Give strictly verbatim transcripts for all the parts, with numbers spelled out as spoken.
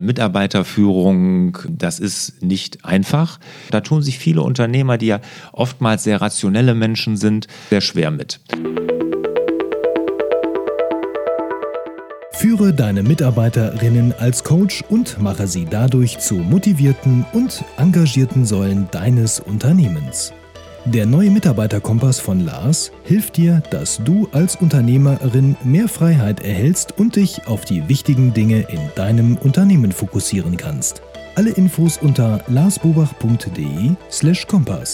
Mitarbeiterführung, das ist nicht einfach. Da tun sich viele Unternehmer, die ja oftmals sehr rationelle Menschen sind, sehr schwer mit. Führe deine Mitarbeiterinnen als Coach und mache sie dadurch zu motivierten und engagierten Säulen deines Unternehmens. Der neue Mitarbeiterkompass von Lars hilft dir, dass du als Unternehmerin mehr Freiheit erhältst und dich auf die wichtigen Dinge in deinem Unternehmen fokussieren kannst. Alle Infos unter larsbobach punkt de slash kompass.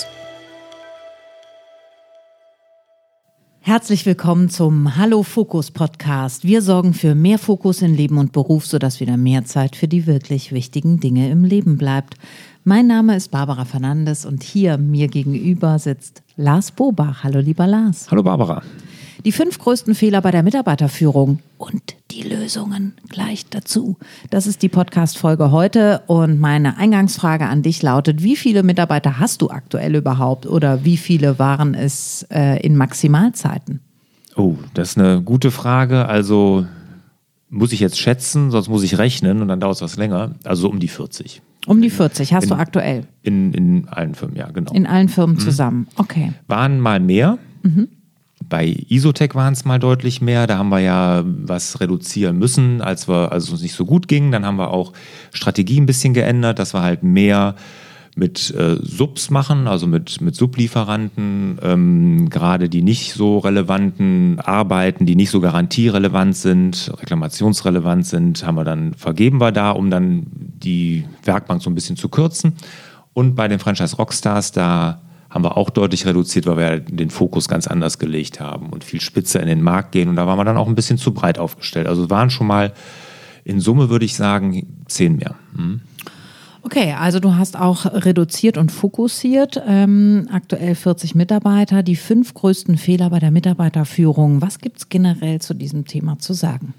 Herzlich willkommen zum Hallo Fokus Podcast. Wir sorgen für mehr Fokus in Leben und Beruf, sodass wieder mehr Zeit für die wirklich wichtigen Dinge im Leben bleibt. Mein Name ist Barbara Fernandes und hier mir gegenüber sitzt Lars Bobach. Hallo lieber Lars. Hallo Barbara. Die fünf größten Fehler bei der Mitarbeiterführung und die Lösungen gleich dazu. Das ist die Podcast-Folge heute und meine Eingangsfrage an dich lautet: Wie viele Mitarbeiter hast du aktuell überhaupt oder wie viele waren es äh, in Maximalzeiten? Oh, das ist eine gute Frage. Also muss ich jetzt schätzen, sonst muss ich rechnen und dann dauert es was länger. Also so um die vierzig. Um die vierzig hast in, du aktuell? In, in allen Firmen, ja, genau. In allen Firmen mhm. zusammen, okay. Waren mal mehr. Mhm. Bei Isotec waren es mal deutlich mehr. Da haben wir ja was reduzieren müssen, als wir, als es uns nicht so gut ging. Dann haben wir auch Strategie ein bisschen geändert, dass wir halt mehr mit äh, Subs machen, also mit, mit Sublieferanten, ähm, gerade die nicht so relevanten Arbeiten, die nicht so garantierelevant sind, reklamationsrelevant sind, haben wir dann, vergeben wir da, um dann die Werkbank so ein bisschen zu kürzen. Und bei den Franchise Rockstars, da haben wir auch deutlich reduziert, weil wir den Fokus ganz anders gelegt haben und viel spitzer in den Markt gehen. Und da waren wir dann auch ein bisschen zu breit aufgestellt. Also waren schon mal in Summe, würde ich sagen, zehn mehr. Hm. Okay, also du hast auch reduziert und fokussiert, ähm, aktuell vierzig Mitarbeiter, die fünf größten Fehler bei der Mitarbeiterführung. Was gibt es generell zu diesem Thema zu sagen?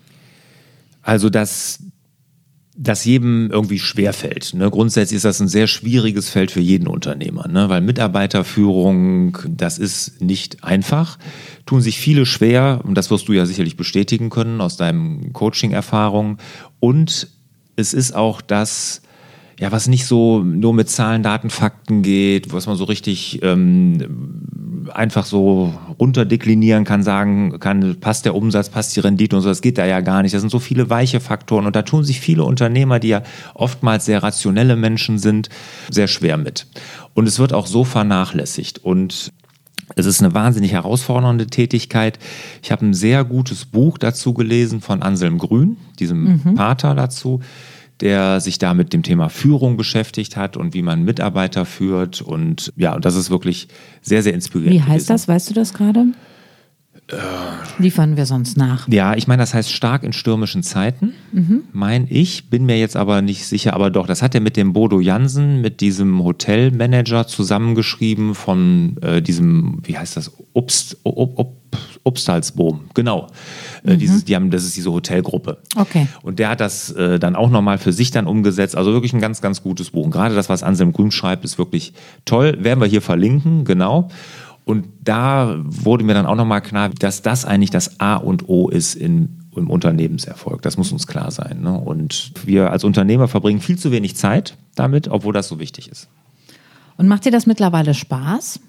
Also dass das jedem irgendwie schwerfällt. Ne? Grundsätzlich ist das ein sehr schwieriges Feld für jeden Unternehmer, ne? Weil Mitarbeiterführung, das ist nicht einfach. Tun sich viele schwer, und das wirst du ja sicherlich bestätigen können aus deinen Coaching-Erfahrungen. Und es ist auch das, ja, was nicht so nur mit Zahlen, Daten, Fakten geht, was man so richtig ähm, einfach so runterdeklinieren kann, sagen kann, passt der Umsatz, passt die Rendite und so, das geht da ja gar nicht. Das sind so viele weiche Faktoren und da tun sich viele Unternehmer, die ja oftmals sehr rationelle Menschen sind, sehr schwer mit. Und es wird auch so vernachlässigt und es ist eine wahnsinnig herausfordernde Tätigkeit. Ich habe ein sehr gutes Buch dazu gelesen von Anselm Grün, diesem mhm. Pater dazu, der sich da mit dem Thema Führung beschäftigt hat und wie man Mitarbeiter führt. Und ja, und das ist wirklich sehr, sehr inspirierend. Wie heißt gewesen. Das? Weißt du das gerade? Äh, Liefern wir sonst nach. Ja, ich meine, das heißt stark in stürmischen Zeiten, mhm. mein ich. Bin mir jetzt aber nicht sicher, aber doch, das hat er mit dem Bodo Jansen, mit diesem Hotelmanager zusammengeschrieben von äh, diesem, wie heißt das, Obst, Ob, Ob, Obstalsboom, genau. Mhm. Äh, dieses, die haben, das ist diese Hotelgruppe. Okay. Und der hat das äh, dann auch nochmal für sich dann umgesetzt. Also wirklich ein ganz, ganz gutes Buch. Und gerade das, was Anselm Grün schreibt, ist wirklich toll. Werden wir hier verlinken, genau. Und da wurde mir dann auch nochmal klar, dass das eigentlich das A und O ist in, im Unternehmenserfolg. Das muss uns klar sein. Ne? Und wir als Unternehmer verbringen viel zu wenig Zeit damit, obwohl das so wichtig ist. Und macht dir das mittlerweile Spaß?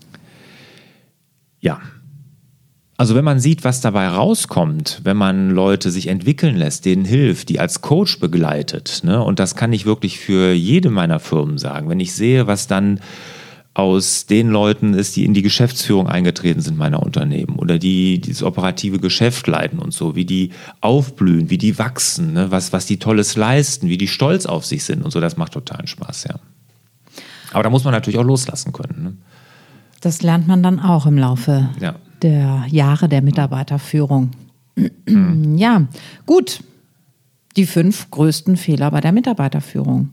Ja. Also wenn man sieht, was dabei rauskommt, wenn man Leute sich entwickeln lässt, denen hilft, die als Coach begleitet, ne? Und das kann ich wirklich für jede meiner Firmen sagen. Wenn ich sehe, was dann aus den Leuten ist, die in die Geschäftsführung eingetreten sind meiner Unternehmen oder die dieses operative Geschäft leiten und so, wie die aufblühen, wie die wachsen, ne? was, was die Tolles leisten, wie die stolz auf sich sind und so, das macht totalen Spaß, ja. Aber da muss man natürlich auch loslassen können. Ne? Das lernt man dann auch im Laufe ja. der Jahre der Mitarbeiterführung. Mhm. Ja, gut. Die fünf größten Fehler bei der Mitarbeiterführung.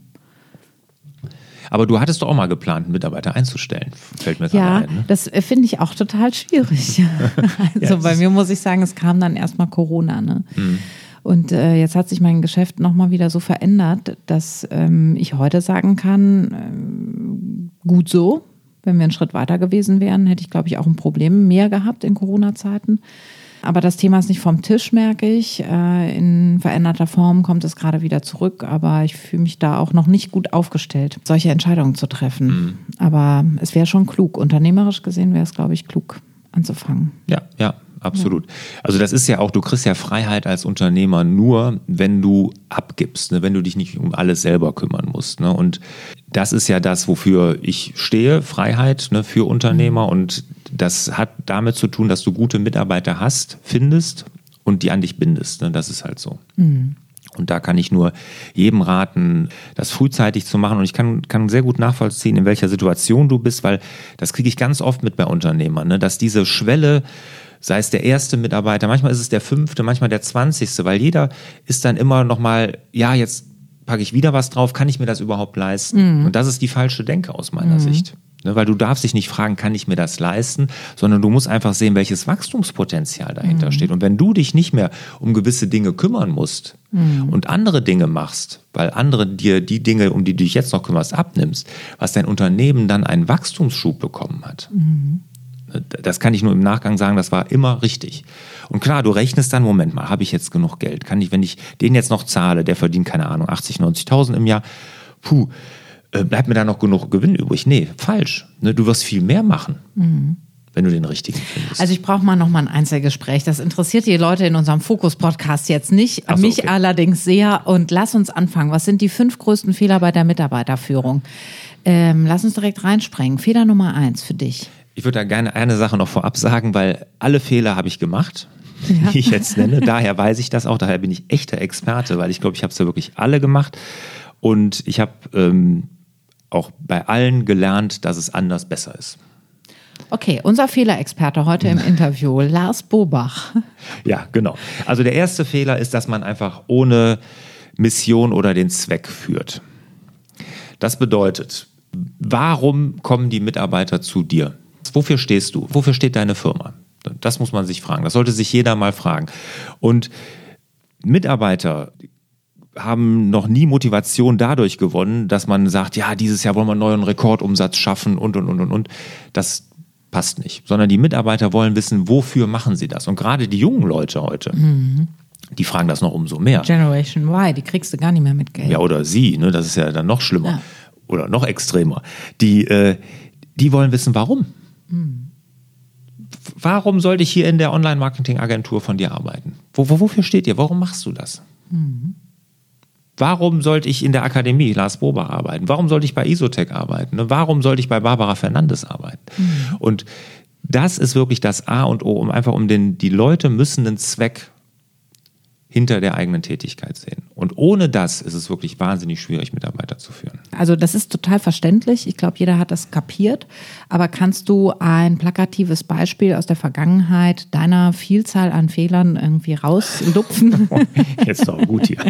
Aber du hattest doch auch mal geplant, einen Mitarbeiter einzustellen, fällt mir ja, gerade ein. Ne? Das finde ich auch total schwierig. Also ja, bei mir muss ich sagen, es kam dann erstmal Corona. Ne? Mhm. Und äh, jetzt hat sich mein Geschäft nochmal wieder so verändert, dass ähm, ich heute sagen kann, ähm, gut so. Wenn wir einen Schritt weiter gewesen wären, hätte ich, glaube ich, auch ein Problem mehr gehabt in Corona-Zeiten. Aber das Thema ist nicht vom Tisch, merke ich. In veränderter Form kommt es gerade wieder zurück, aber ich fühle mich da auch noch nicht gut aufgestellt, solche Entscheidungen zu treffen. Mhm. Aber es wäre schon klug. Unternehmerisch gesehen wäre es, glaube ich, klug anzufangen. Ja, ja. Absolut. Ja. Also das ist ja auch, du kriegst ja Freiheit als Unternehmer nur, wenn du abgibst, ne? Wenn du dich nicht um alles selber kümmern musst. Ne? Und das ist ja das, wofür ich stehe, Freiheit, ne, für Unternehmer. Mhm. Und das hat damit zu tun, dass du gute Mitarbeiter hast, findest und die an dich bindest. Ne? Das ist halt so. Mhm. Und da kann ich nur jedem raten, das frühzeitig zu machen. Und ich kann, kann sehr gut nachvollziehen, in welcher Situation du bist, weil das kriege ich ganz oft mit bei Unternehmern, ne? Dass diese Schwelle, sei es der erste Mitarbeiter, manchmal ist es der fünfte, manchmal der zwanzigste, weil jeder ist dann immer noch mal, ja, jetzt packe ich wieder was drauf, kann ich mir das überhaupt leisten? Mhm. Und das ist die falsche Denke aus meiner mhm. Sicht. Ne, weil du darfst dich nicht fragen, kann ich mir das leisten, sondern du musst einfach sehen, welches Wachstumspotenzial dahinter mhm. steht. Und wenn du dich nicht mehr um gewisse Dinge kümmern musst mhm. und andere Dinge machst, weil andere dir die Dinge, um die du dich jetzt noch kümmerst, abnimmst, was dein Unternehmen dann einen Wachstumsschub bekommen hat. Mhm. Das kann ich nur im Nachgang sagen, das war immer richtig. Und klar, du rechnest dann, Moment mal, habe ich jetzt genug Geld? Kann ich, wenn ich den jetzt noch zahle, der verdient, keine Ahnung, achtzig, neunzigtausend im Jahr, puh, äh, bleibt mir da noch genug Gewinn übrig? Nee, falsch. Ne, du wirst viel mehr machen, mhm. wenn du den richtigen findest. Also ich brauche mal noch mal ein Einzelgespräch. Das interessiert die Leute in unserem Fokus-Podcast jetzt nicht, so, mich okay. allerdings sehr. Und lass uns anfangen. Was sind die fünf größten Fehler bei der Mitarbeiterführung? Ähm, lass uns direkt reinspringen. Fehler Nummer eins für dich. Ich würde da gerne eine Sache noch vorab sagen, weil alle Fehler habe ich gemacht, ja. die ich jetzt nenne. Daher weiß ich das auch, daher bin ich echter Experte, weil ich glaube, ich habe es ja wirklich alle gemacht. Und ich habe ähm, auch bei allen gelernt, dass es anders besser ist. Okay, unser Fehlerexperte heute im Interview, Lars Bobach. Ja, genau. Also der erste Fehler ist, dass man einfach ohne Mission oder den Zweck führt. Das bedeutet, warum kommen die Mitarbeiter zu dir? Wofür stehst du? Wofür steht deine Firma? Das muss man sich fragen. Das sollte sich jeder mal fragen. Und Mitarbeiter haben noch nie Motivation dadurch gewonnen, dass man sagt, ja, dieses Jahr wollen wir einen neuen Rekordumsatz schaffen und, und, und, und, und. Das passt nicht. Sondern die Mitarbeiter wollen wissen, wofür machen sie das? Und gerade die jungen Leute heute, mhm. die fragen das noch umso mehr. Generation Y, die kriegst du gar nicht mehr mit Geld. Ja, oder sie, ne? Das ist ja dann noch schlimmer. Ja. Oder noch extremer. Die, äh, die wollen wissen, warum. Hm. Warum sollte ich hier in der Online-Marketing-Agentur von dir arbeiten? Wo, wo, wofür steht ihr? Warum machst du das? Hm. Warum sollte ich in der Akademie Lars Bobach arbeiten? Warum sollte ich bei Isotech arbeiten? Warum sollte ich bei Barbara Fernandes arbeiten? Hm. Und das ist wirklich das A und O, um einfach um den, die Leute müssen einen Zweck hinter der eigenen Tätigkeit sehen. Und ohne das ist es wirklich wahnsinnig schwierig, Mitarbeiter zu führen. Also das ist total verständlich. Ich glaube, jeder hat das kapiert. Aber kannst du ein plakatives Beispiel aus der Vergangenheit deiner Vielzahl an Fehlern irgendwie rauslupfen? Jetzt doch gut hier.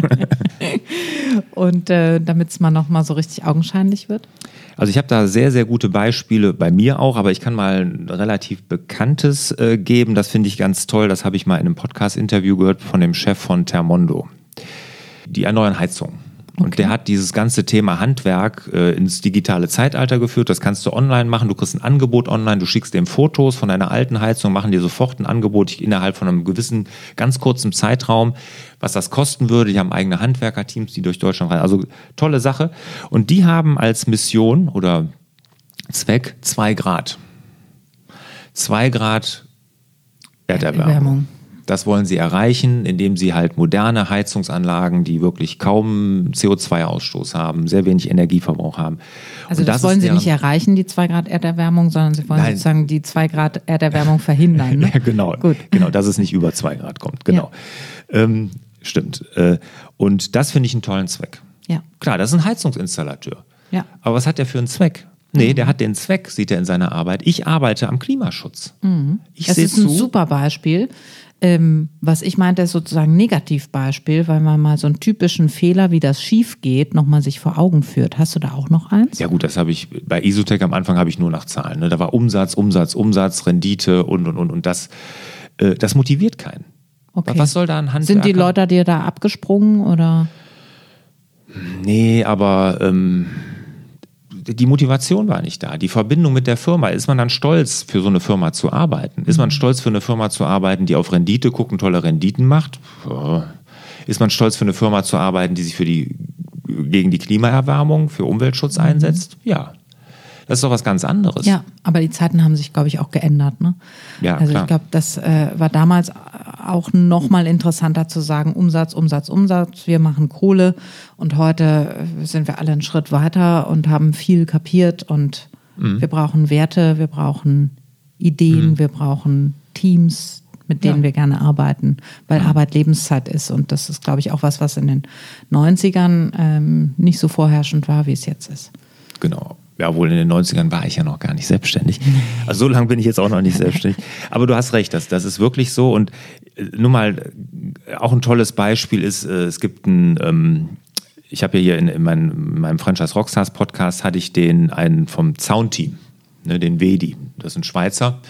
Und äh, damit es mal nochmal so richtig augenscheinlich wird? Also ich habe da sehr, sehr gute Beispiele bei mir auch, aber ich kann mal ein relativ bekanntes äh, geben. Das finde ich ganz toll. Das habe ich mal in einem Podcast-Interview gehört von dem Chef von Thermondo. Die erneuern Heizungen. Und okay. der hat dieses ganze Thema Handwerk äh, ins digitale Zeitalter geführt. Das kannst du online machen. Du kriegst ein Angebot online. Du schickst dem Fotos von deiner alten Heizung, machen dir sofort ein Angebot innerhalb von einem gewissen, ganz kurzen Zeitraum, was das kosten würde. Die haben eigene Handwerkerteams, die durch Deutschland reisen. Also tolle Sache. Und die haben als Mission oder Zweck zwei Grad. Zwei Grad Erderwärmung. Erwärmung. Das wollen sie erreichen, indem sie halt moderne Heizungsanlagen, die wirklich kaum C O zwei Ausstoß haben, sehr wenig Energieverbrauch haben. Also das, das wollen sie nicht erreichen, die zwei Grad Erderwärmung, sondern sie wollen Nein. sozusagen die zwei Grad Erderwärmung verhindern. Ne? Ja, genau. Gut. Genau, dass es nicht über zwei Grad kommt. Genau. Ja. Ähm, stimmt. Und das finde ich einen tollen Zweck. Ja. Klar, das ist ein Heizungsinstallateur. Ja. Aber was hat der für einen Zweck? Nee, mhm. der hat den Zweck, sieht er in seiner Arbeit. Ich arbeite am Klimaschutz. Mhm. Ich das ist ein zu. super Beispiel. Ähm, was ich meinte, ist sozusagen ein Negativbeispiel, weil man mal so einen typischen Fehler, wie das schief geht, nochmal sich vor Augen führt. Hast du da auch noch eins? Ja gut, das habe ich, bei Isotech am Anfang habe ich nur nach Zahlen. Ne? Da war Umsatz, Umsatz, Umsatz, Rendite und, und, und. Und das, äh, das motiviert keinen. Okay. Was soll da ein Handwerker? Sind die Leute dir da abgesprungen oder? Nee, aber ähm, die Motivation war nicht da. Die Verbindung mit der Firma. Ist man dann stolz, für so eine Firma zu arbeiten? Ist man stolz, für eine Firma zu arbeiten, die auf Rendite guckt und tolle Renditen macht? Ist man stolz, für eine Firma zu arbeiten, die sich für die, gegen die Klimaerwärmung, für Umweltschutz einsetzt? Ja. Das ist doch was ganz anderes. Ja, aber die Zeiten haben sich, glaube ich, auch geändert. Ne? Ja, also klar. ich glaube, das äh, war damals auch noch mal interessanter zu sagen, Umsatz, Umsatz, Umsatz, wir machen Kohle. Und heute sind wir alle einen Schritt weiter und haben viel kapiert. Und mhm. wir brauchen Werte, wir brauchen Ideen, mhm. wir brauchen Teams, mit denen ja. wir gerne arbeiten, weil mhm. Arbeit Lebenszeit ist. Und das ist, glaube ich, auch was, was in den neunzigern ähm, nicht so vorherrschend war, wie es jetzt ist. Genau. Ja, wohl in den neunzigern war ich ja noch gar nicht selbstständig. Also so lange bin ich jetzt auch noch nicht selbstständig. Aber du hast recht, das, das ist wirklich so. Und nur mal, auch ein tolles Beispiel ist, es gibt ein, ähm, ich habe ja hier in, in, meinem, in meinem Franchise Rockstars Podcast, hatte ich den einen vom Zaunteam, ne, den Wedi, das sind Schweizer.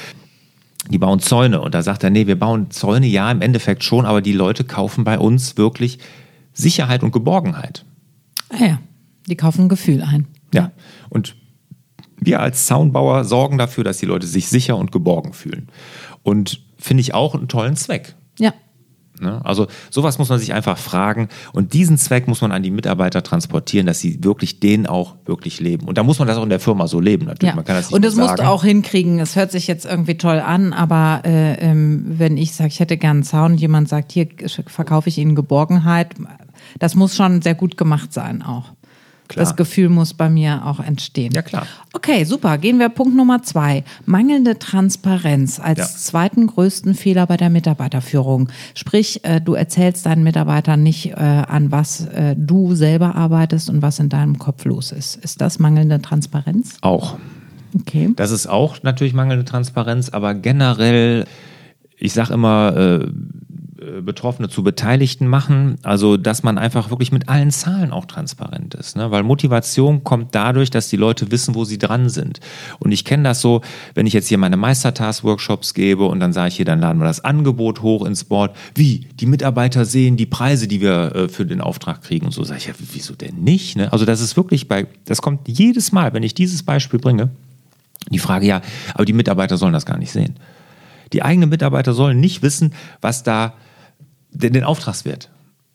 Die bauen Zäune. Und da sagt er, nee, wir bauen Zäune, ja, im Endeffekt schon, aber die Leute kaufen bei uns wirklich Sicherheit und Geborgenheit. Ah ja, die kaufen ein Gefühl ein. Ja, und wir als Zaunbauer sorgen dafür, dass die Leute sich sicher und geborgen fühlen. Und finde ich auch einen tollen Zweck. Ja. Ne? Also sowas muss man sich einfach fragen. Und diesen Zweck muss man an die Mitarbeiter transportieren, dass sie wirklich den auch wirklich leben. Und da muss man das auch in der Firma so leben natürlich. Ja. Man kann das nicht und das sagen. musst du auch hinkriegen. Es hört sich jetzt irgendwie toll an, aber äh, ähm, wenn ich sage, ich hätte gern einen Zaun und jemand sagt, hier verkaufe ich Ihnen Geborgenheit, das muss schon sehr gut gemacht sein auch. Klar. Das Gefühl muss bei mir auch entstehen. Ja, klar. Okay, super. Gehen wir Punkt Nummer zwei. Mangelnde Transparenz als ja. zweiten größten Fehler bei der Mitarbeiterführung. Sprich, äh, du erzählst deinen Mitarbeitern nicht, äh, an was äh, du selber arbeitest und was in deinem Kopf los ist. Ist das mangelnde Transparenz? Auch. Okay. Das ist auch natürlich mangelnde Transparenz, aber generell, ich sage immer, äh, Betroffene zu Beteiligten machen, also dass man einfach wirklich mit allen Zahlen auch transparent ist, ne? Weil Motivation kommt dadurch, dass die Leute wissen, wo sie dran sind. Und ich kenne das so, wenn ich jetzt hier meine Meistertask-Workshops gebe und dann sage ich hier, dann laden wir das Angebot hoch ins Board. Wie? Die Mitarbeiter sehen die Preise, die wir äh, für den Auftrag kriegen und so. Sage ich, ja, wieso denn nicht? Ne? Also das ist wirklich bei, das kommt jedes Mal, wenn ich dieses Beispiel bringe, die Frage, ja, aber die Mitarbeiter sollen das gar nicht sehen. Die eigenen Mitarbeiter sollen nicht wissen, was da Den, den Auftragswert.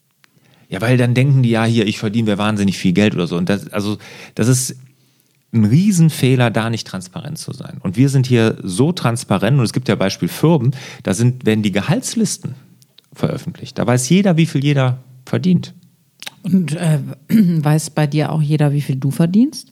Ja, weil dann denken die, ja, hier, ich verdiene wir wahnsinnig viel Geld oder so. Und das, also, das ist ein Riesenfehler, da nicht transparent zu sein. Und wir sind hier so transparent, und es gibt ja Beispiel Firmen, da sind, werden die Gehaltslisten veröffentlicht. Da weiß jeder, wie viel jeder verdient. Und äh, weiß bei dir auch jeder, wie viel du verdienst?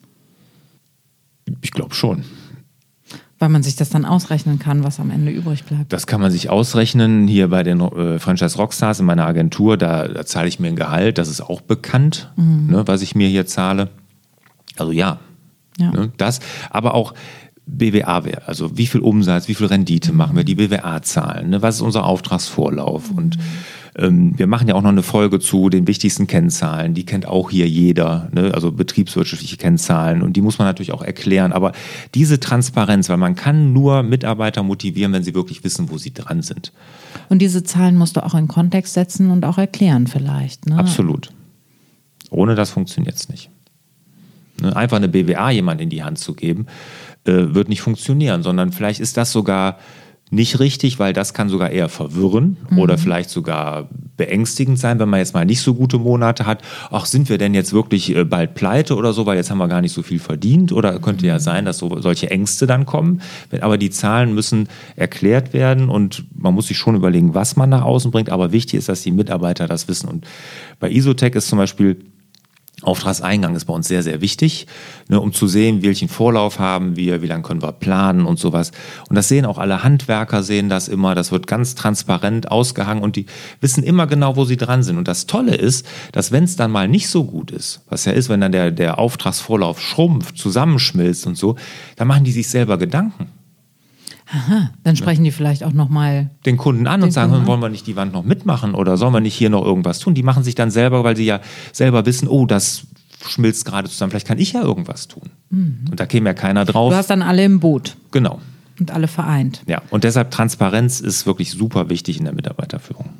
Ich glaube schon. Weil man sich das dann ausrechnen kann, was am Ende übrig bleibt. Das kann man sich ausrechnen. Hier bei den äh, Franchise Rockstars in meiner Agentur, da, da zahle ich mir ein Gehalt. Das ist auch bekannt, mhm. ne, was ich mir hier zahle. Also ja, ja. Ne, das. Aber auch B W A-Wert, also wie viel Umsatz, wie viel Rendite mhm. machen wir, die B W A-Zahlen, ne, was ist unser Auftragsvorlauf? Mhm. Und ähm, wir machen ja auch noch eine Folge zu den wichtigsten Kennzahlen. Die kennt auch hier jeder, ne, also betriebswirtschaftliche Kennzahlen. Und die muss man natürlich auch erklären. Aber diese Transparenz, weil man kann nur Mitarbeiter motivieren, wenn sie wirklich wissen, wo sie dran sind. Und diese Zahlen musst du auch in Kontext setzen und auch erklären vielleicht. Ne? Absolut. Ohne das funktioniert es nicht. Ne, einfach eine B W A jemand in die Hand zu geben, äh, wird nicht funktionieren, sondern vielleicht ist das sogar nicht richtig, weil das kann sogar eher verwirren mhm. oder vielleicht sogar beängstigend sein, wenn man jetzt mal nicht so gute Monate hat. Ach, sind wir denn jetzt wirklich bald pleite oder so, weil jetzt haben wir gar nicht so viel verdient? Oder könnte ja sein, dass so solche Ängste dann kommen. Aber die Zahlen müssen erklärt werden und man muss sich schon überlegen, was man nach außen bringt. Aber wichtig ist, dass die Mitarbeiter das wissen. Und bei Isotech ist zum Beispiel Auftragseingang ist bei uns sehr, sehr wichtig, ne, um zu sehen, welchen Vorlauf haben wir, wie lange können wir planen und sowas. Und das sehen auch alle Handwerker, sehen das immer, das wird ganz transparent ausgehangen und die wissen immer genau, wo sie dran sind. Und das Tolle ist, dass wenn es dann mal nicht so gut ist, was ja ist, wenn dann der, der Auftragsvorlauf schrumpft, zusammenschmilzt und so, dann machen die sich selber Gedanken. Aha, dann sprechen die vielleicht auch nochmal den Kunden an und sagen, Kunden wollen wir nicht die Wand noch mitmachen oder sollen wir nicht hier noch irgendwas tun? Die machen sich dann selber, weil sie ja selber wissen, oh, das schmilzt gerade zusammen, vielleicht kann ich ja irgendwas tun. Mhm. Und da käme ja keiner drauf. Du hast dann alle im Boot. Genau. Und alle vereint. Ja, und deshalb Transparenz ist wirklich super wichtig in der Mitarbeiterführung.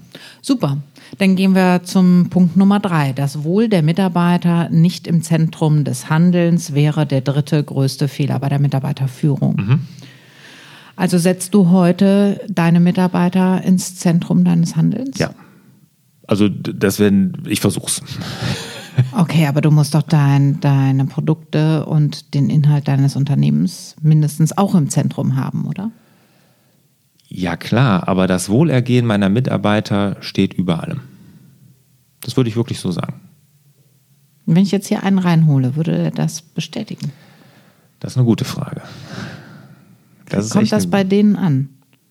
Super. Dann gehen wir zum Punkt Nummer drei. Das Wohl der Mitarbeiter nicht im Zentrum des Handelns wäre der dritte größte Fehler bei der Mitarbeiterführung. Mhm. Also setzt du heute deine Mitarbeiter ins Zentrum deines Handelns? Ja. Also das werden, ich versuch's. Okay, aber du musst doch dein, deine Produkte und den Inhalt deines Unternehmens mindestens auch im Zentrum haben, oder? Ja klar, aber das Wohlergehen meiner Mitarbeiter steht über allem. Das würde ich wirklich so sagen. Wenn ich jetzt hier einen reinhole, würde er das bestätigen? Das ist eine gute Frage. Das Kommt das bei denen an?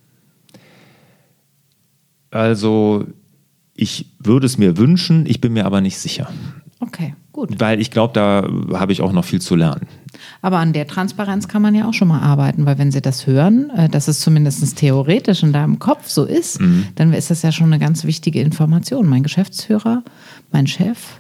Also ich würde es mir wünschen, ich bin mir aber nicht sicher. Okay, gut. Weil ich glaube, da habe ich auch noch viel zu lernen. Aber an der Transparenz kann man ja auch schon mal arbeiten, weil wenn Sie das hören, dass es zumindest theoretisch in deinem Kopf so ist, mhm. dann ist das ja schon eine ganz wichtige Information. Mein Geschäftsführer, mein Chef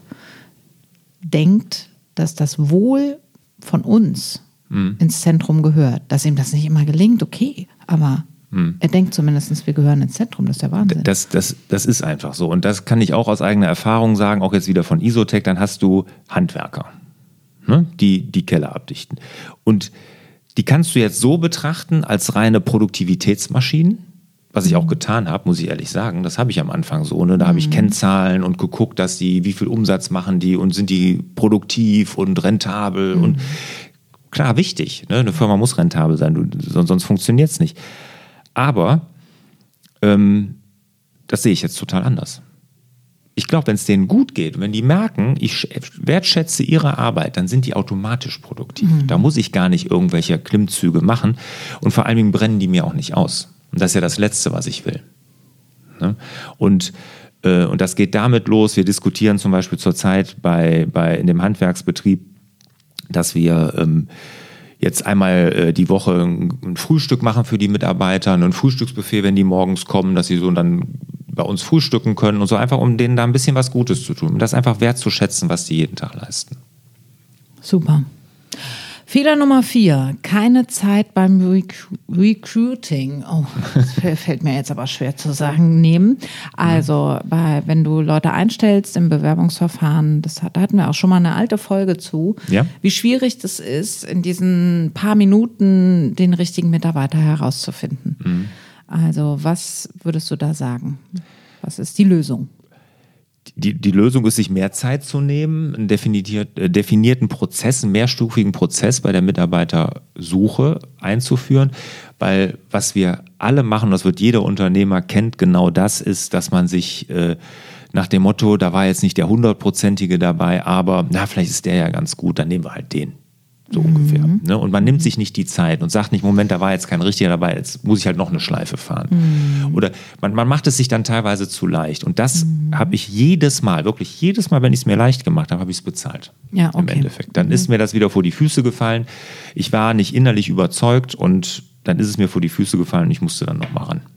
denkt, dass das Wohl von uns mhm. ins Zentrum gehört. Dass ihm das nicht immer gelingt, okay, aber mhm. er denkt zumindest, wir gehören ins Zentrum, das ist der Wahnsinn. Das, das, das ist einfach so und das kann ich auch aus eigener Erfahrung sagen, auch jetzt wieder von Isotech, dann hast du Handwerker. Ne, die die Keller abdichten. Und die kannst du jetzt so betrachten als reine Produktivitätsmaschinen, was ich auch getan habe, muss ich ehrlich sagen. Das habe ich am Anfang so. Ne? Da mhm. habe ich Kennzahlen und geguckt, dass die, wie viel Umsatz machen die und sind die produktiv und rentabel. Mhm. Und klar, wichtig. Ne? Eine Firma muss rentabel sein, du, sonst funktioniert es nicht. Aber ähm, das sehe ich jetzt total anders. Ich glaube, wenn es denen gut geht, wenn die merken, ich wertschätze ihre Arbeit, dann sind die automatisch produktiv. Mhm. Da muss ich gar nicht irgendwelche Klimmzüge machen und vor allen Dingen brennen die mir auch nicht aus. Und das ist ja das Letzte, was ich will. Ne? Und, äh, und das geht damit los, wir diskutieren zum Beispiel zurzeit bei, bei, in dem Handwerksbetrieb, dass wir ähm, jetzt einmal äh, die Woche ein, ein Frühstück machen für die Mitarbeiter, ein Frühstücksbuffet, wenn die morgens kommen, dass sie so dann bei uns frühstücken können und so, einfach um denen da ein bisschen was Gutes zu tun, um das einfach wertzuschätzen, was die jeden Tag leisten. Super. Fehler Nummer vier, keine Zeit beim Recru- Recruiting. Oh, das fällt mir jetzt aber schwer zu sagen, nehmen. Also, bei, wenn du Leute einstellst im Bewerbungsverfahren, das hat, da hatten wir auch schon mal eine alte Folge zu, ja. wie schwierig das ist, in diesen paar Minuten den richtigen Mitarbeiter herauszufinden. Mhm. Also, was würdest du da sagen? Was ist die Lösung? Die, die Lösung ist, sich mehr Zeit zu nehmen, einen definiert, äh, definierten Prozess, einen mehrstufigen Prozess bei der Mitarbeitersuche einzuführen, weil was wir alle machen, das wird jeder Unternehmer kennt, genau das ist, dass man sich äh, nach dem Motto, da war jetzt nicht der hundertprozentige dabei, aber na, vielleicht ist der ja ganz gut, dann nehmen wir halt den. So mhm. ungefähr. Ne? Und man nimmt sich nicht die Zeit und sagt nicht, Moment, da war jetzt kein richtiger dabei, jetzt muss ich halt noch eine Schleife fahren. Mhm. Oder man, man macht es sich dann teilweise zu leicht. Und das mhm. habe ich jedes Mal, wirklich jedes Mal, wenn ich es mir leicht gemacht habe, habe ich es bezahlt. Ja, okay. Im Endeffekt. Dann mhm. ist mir das wieder vor die Füße gefallen. Ich war nicht innerlich überzeugt und dann ist es mir vor die Füße gefallen und ich musste dann nochmal ran.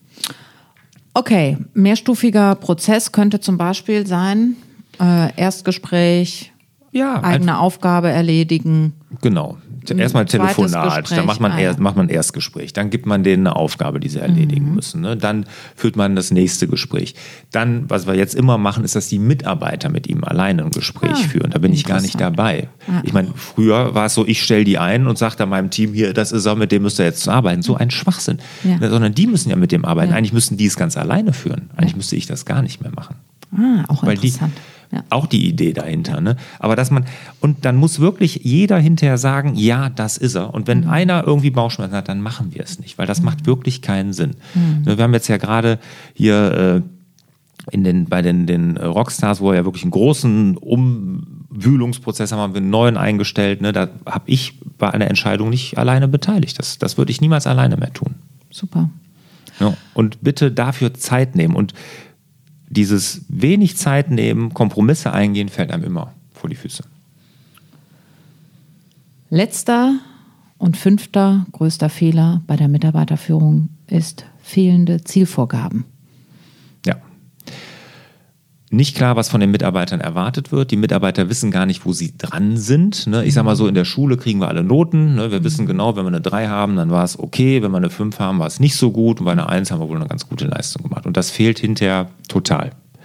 Okay, mehrstufiger Prozess könnte zum Beispiel sein, äh, Erstgespräch, ja, eigene ein, Aufgabe erledigen. Genau. Erstmal Telefonat, dann macht man, ah, erst, macht man ein Erstgespräch. Dann gibt man denen eine Aufgabe, die sie erledigen mhm. müssen. Ne? Dann führt man das nächste Gespräch. Dann, was wir jetzt immer machen, ist, dass die Mitarbeiter mit ihm alleine ein Gespräch ah, führen. Da bin ich gar nicht dabei. Ah. Ich meine, früher war es so, ich stelle die ein und sage dann meinem Team hier, das ist er, mit dem müsst ihr jetzt arbeiten. So ein Schwachsinn. Ja. Sondern die müssen ja mit dem arbeiten. Ja. Eigentlich müssten die es ganz alleine führen. Eigentlich ja. müsste ich das gar nicht mehr machen. Ah, auch Weil interessant. Die, Ja. Auch die Idee dahinter, ne? Aber dass man, und dann muss wirklich jeder hinterher sagen, ja, das ist er. Und wenn mhm. einer irgendwie Bauchschmerzen hat, dann machen wir es nicht, weil das mhm. macht wirklich keinen Sinn. Mhm. Wir haben jetzt ja gerade hier äh, in den, bei den, den Rockstars, wo wir ja wirklich einen großen Umwühlungsprozess haben, haben wir einen neuen eingestellt, ne? Da habe ich bei einer Entscheidung nicht alleine beteiligt. Das, das würde ich niemals alleine mehr tun. Super. Ja, und bitte dafür Zeit nehmen. Und dieses wenig Zeit nehmen, Kompromisse eingehen, fällt einem immer vor die Füße. Letzter und fünfter größter Fehler bei der Mitarbeiterführung ist fehlende Zielvorgaben. Ja. Nicht klar, was von den Mitarbeitern erwartet wird. Die Mitarbeiter wissen gar nicht, wo sie dran sind. Ne? Ich sag mal so, in der Schule kriegen wir alle Noten. Ne? Wir wissen genau, wenn wir eine drei haben, dann war es okay. Wenn wir eine fünf haben, war es nicht so gut. Und bei einer eins haben wir wohl eine ganz gute Leistung gemacht. Und das fehlt hinterher total.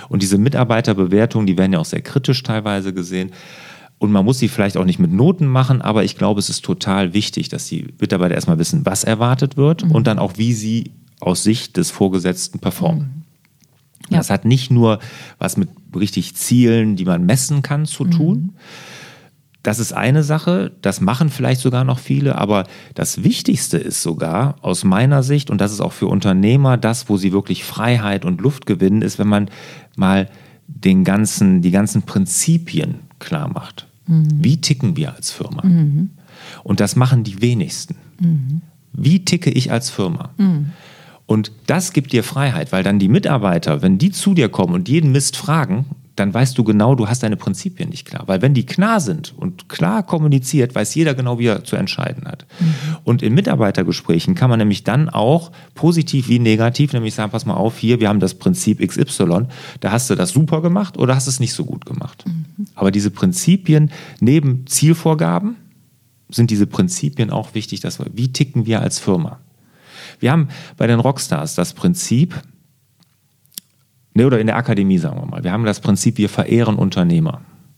Und diese Mitarbeiterbewertungen, die werden ja auch sehr kritisch teilweise gesehen. Und man muss sie vielleicht auch nicht mit Noten machen, aber ich glaube, es ist total wichtig, dass die Mitarbeiter erstmal wissen, was erwartet wird mhm. und dann auch, wie sie aus Sicht des Vorgesetzten performen. Mhm. Ja. Das hat nicht nur was mit richtig Zielen, die man messen kann, zu tun. Mhm. Das ist eine Sache, das machen vielleicht sogar noch viele, aber das Wichtigste ist sogar aus meiner Sicht, und das ist auch für Unternehmer das, wo sie wirklich Freiheit und Luft gewinnen, ist, wenn man mal den ganzen, die ganzen Prinzipien klar macht. Mhm. Wie ticken wir als Firma? Mhm. Und das machen die wenigsten. Mhm. Wie ticke ich als Firma? Mhm. Und das gibt dir Freiheit, weil dann die Mitarbeiter, wenn die zu dir kommen und jeden Mist fragen, dann weißt du genau, du hast deine Prinzipien nicht klar. Weil wenn die klar sind und klar kommuniziert, weiß jeder genau, wie er zu entscheiden hat. Mhm. Und in Mitarbeitergesprächen kann man nämlich dann auch positiv wie negativ, nämlich sagen, pass mal auf, hier, wir haben das Prinzip X Y, da hast du das super gemacht oder hast es nicht so gut gemacht. Mhm. Aber diese Prinzipien neben Zielvorgaben sind diese Prinzipien auch wichtig, dass wir, wie ticken wir als Firma? Wir haben bei den Rockstars das Prinzip, ne, oder in der Akademie sagen wir mal, wir haben das Prinzip, wir verehren Unternehmer.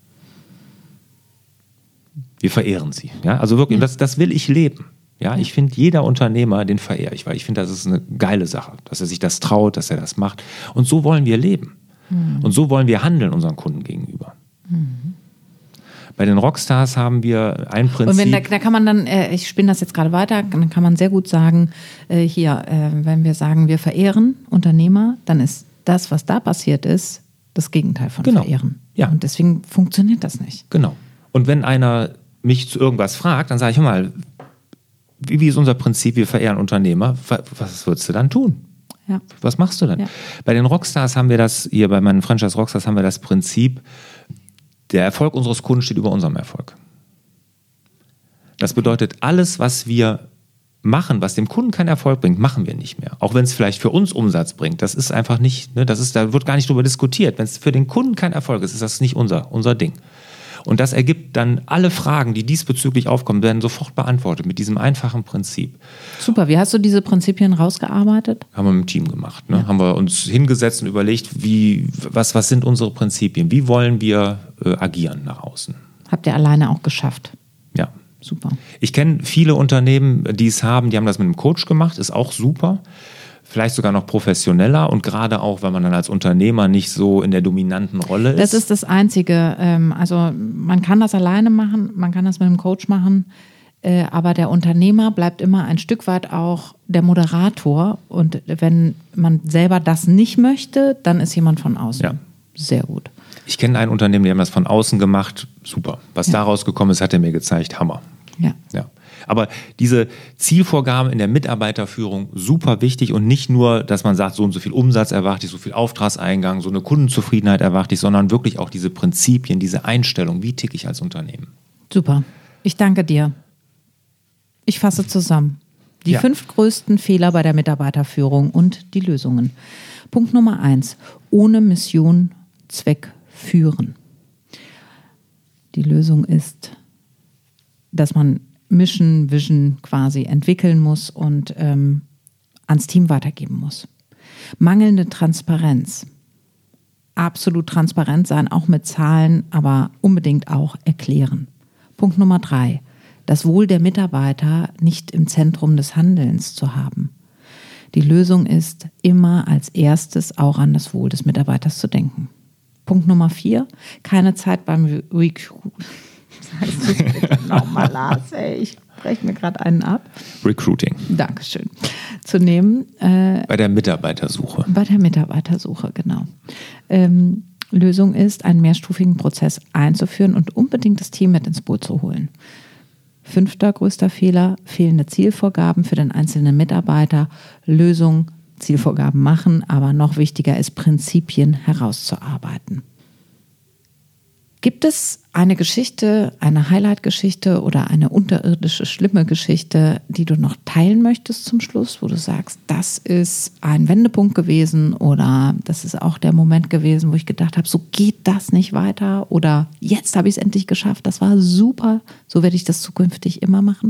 Wir verehren sie. Ja? Also wirklich, ja. das, das will ich leben. Ja? Ja. Ich finde, jeder Unternehmer, den verehre ich, weil ich finde, das ist eine geile Sache, dass er sich das traut, dass er das macht. Und so wollen wir leben. Mhm. Und so wollen wir handeln unseren Kunden gegenüber. Mhm. Bei den Rockstars haben wir ein Prinzip. Und wenn da, da kann man dann, äh, ich spinne das jetzt gerade weiter, dann kann man sehr gut sagen, äh, hier, äh, wenn wir sagen, wir verehren Unternehmer, dann ist das, was da passiert ist, das Gegenteil von genau. verehren. Ja. Und deswegen funktioniert das nicht. Genau. Und wenn einer mich zu irgendwas fragt, dann sage ich, hör mal, wie, wie ist unser Prinzip, wir verehren Unternehmer, was, was würdest du dann tun? Ja. Was machst du dann? Ja. Bei den Rockstars haben wir das, hier bei meinen Franchise Rockstars haben wir das Prinzip, der Erfolg unseres Kunden steht über unserem Erfolg. Das bedeutet, alles, was wir machen, was dem Kunden keinen Erfolg bringt, machen wir nicht mehr. Auch wenn es vielleicht für uns Umsatz bringt. Das ist einfach nicht, ne, das ist, da wird gar nicht drüber diskutiert. Wenn es für den Kunden kein Erfolg ist, ist das nicht unser, unser Ding. Und das ergibt dann alle Fragen, die diesbezüglich aufkommen, werden sofort beantwortet mit diesem einfachen Prinzip. Super, wie hast du diese Prinzipien rausgearbeitet? Haben wir mit dem Team gemacht. Ne? Ja. Haben wir uns hingesetzt und überlegt, wie, was, was sind unsere Prinzipien? Wie wollen wir äh, agieren nach außen? Habt ihr alleine auch geschafft? Ja. Super. Ich kenne viele Unternehmen, die es haben, die haben das mit einem Coach gemacht, ist auch super. Vielleicht sogar noch professioneller und gerade auch, weil man dann als Unternehmer nicht so in der dominanten Rolle ist. Das ist das Einzige. Also man kann das alleine machen, man kann das mit einem Coach machen, aber der Unternehmer bleibt immer ein Stück weit auch der Moderator. Und wenn man selber das nicht möchte, dann ist jemand von außen. Ja. Sehr gut. Ich kenne ein Unternehmen, die haben das von außen gemacht. Super. Was ja. daraus gekommen ist, hat er mir gezeigt. Hammer. Ja. Ja. Aber diese Zielvorgaben in der Mitarbeiterführung super wichtig und nicht nur, dass man sagt, so und so viel Umsatz erwarte ich, so viel Auftragseingang, so eine Kundenzufriedenheit erwarte ich, sondern wirklich auch diese Prinzipien, diese Einstellung, wie ticke ich als Unternehmen. Super. Ich danke dir. Ich fasse zusammen. Die ja. fünf größten Fehler bei der Mitarbeiterführung und die Lösungen. Punkt Nummer eins. Ohne Mission, Zweck führen. Die Lösung ist, dass man Mission, Vision quasi entwickeln muss und ähm, ans Team weitergeben muss. Mangelnde Transparenz. Absolut transparent sein, auch mit Zahlen, aber unbedingt auch erklären. Punkt Nummer drei. Das Wohl der Mitarbeiter nicht im Zentrum des Handelns zu haben. Die Lösung ist, immer als erstes auch an das Wohl des Mitarbeiters zu denken. Punkt Nummer vier. Keine Zeit beim Recruit. Sagst du es bitte nochmal, Lars, ey, ich breche mir gerade einen ab. Recruiting. Dankeschön. Zu nehmen. Äh, bei der Mitarbeitersuche. Bei der Mitarbeitersuche, genau. Ähm, Lösung ist, einen mehrstufigen Prozess einzuführen und unbedingt das Team mit ins Boot zu holen. Fünfter größter Fehler, fehlende Zielvorgaben für den einzelnen Mitarbeiter. Lösung, Zielvorgaben machen, aber noch wichtiger ist, Prinzipien herauszuarbeiten. Gibt es eine Geschichte, eine Highlight-Geschichte oder eine unterirdische, schlimme Geschichte, die du noch teilen möchtest zum Schluss, wo du sagst, das ist ein Wendepunkt gewesen oder das ist auch der Moment gewesen, wo ich gedacht habe, so geht das nicht weiter oder jetzt habe ich es endlich geschafft, das war super, so werde ich das zukünftig immer machen?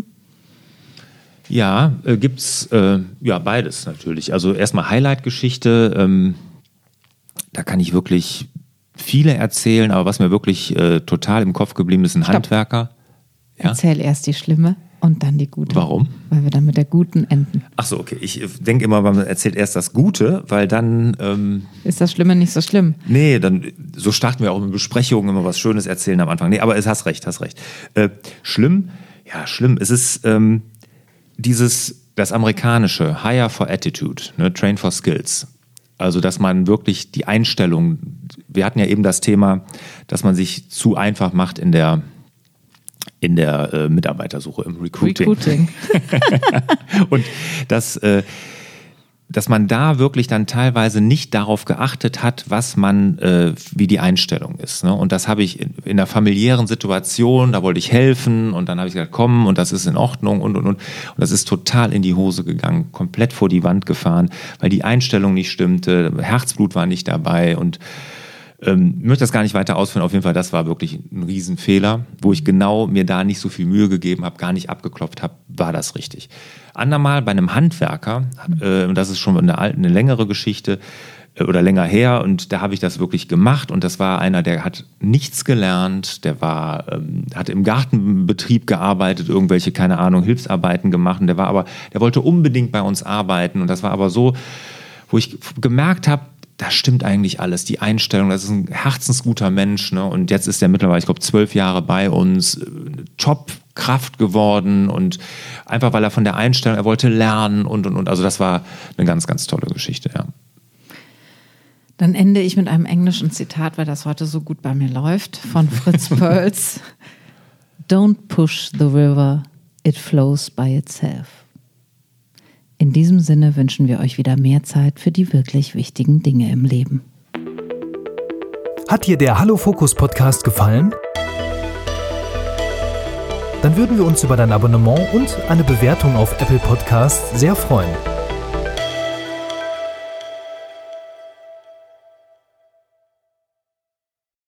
Ja, äh, gibt's äh, ja beides natürlich. Also erstmal Highlight-Geschichte. Ähm da kann ich wirklich viele erzählen, aber was mir wirklich äh, total im Kopf geblieben ist, ein Stopp. Handwerker. Ja? Erzähl erst die schlimme und dann die gute. Warum? Weil wir dann mit der guten enden. Ach so, okay. Ich denke immer, man erzählt erst das Gute, weil dann... Ähm, ist das Schlimme nicht so schlimm? Nee, dann so starten wir auch in Besprechungen, immer was Schönes erzählen am Anfang. Nee, aber es hast recht, hast recht. Äh, schlimm? Ja, schlimm. Es ist ähm, dieses, das amerikanische Hire for Attitude, ne, Train for Skills. Also, dass man wirklich die Einstellung, wir hatten ja eben das Thema, dass man sich zu einfach macht in der in der äh, Mitarbeitersuche, im Recruiting. Recruiting. Und dass, äh, dass man da wirklich dann teilweise nicht darauf geachtet hat, was man, äh, wie die Einstellung ist. Ne? Und das habe ich in, in einer familiären Situation, da wollte ich helfen und dann habe ich gesagt, komm, und das ist in Ordnung und, und, und. Und das ist total in die Hose gegangen, komplett vor die Wand gefahren, weil die Einstellung nicht stimmte, Herzblut war nicht dabei und Ähm, ich möchte das gar nicht weiter ausführen, auf jeden Fall, das war wirklich ein Riesenfehler, wo ich genau mir da nicht so viel Mühe gegeben habe, gar nicht abgeklopft habe, war das richtig. Andermal bei einem Handwerker, äh, das ist schon eine, eine längere Geschichte äh, oder länger her und da habe ich das wirklich gemacht und das war einer, der hat nichts gelernt, der war, ähm, hat im Gartenbetrieb gearbeitet, irgendwelche, keine Ahnung, Hilfsarbeiten gemacht und der war aber, der wollte unbedingt bei uns arbeiten und das war aber so, wo ich gemerkt habe, das stimmt eigentlich alles, die Einstellung, das ist ein herzensguter Mensch, ne? Und jetzt ist er mittlerweile, ich glaube, zwölf Jahre bei uns, Top-Kraft geworden und einfach, weil er von der Einstellung, er wollte lernen und, und, und, also das war eine ganz, ganz tolle Geschichte, ja. Dann ende ich mit einem englischen Zitat, weil das heute so gut bei mir läuft, von Fritz Perls. Don't push the river, it flows by itself. In diesem Sinne wünschen wir euch wieder mehr Zeit für die wirklich wichtigen Dinge im Leben. Hat dir der Hallo Fokus Podcast gefallen? Dann würden wir uns über dein Abonnement und eine Bewertung auf Apple Podcasts sehr freuen.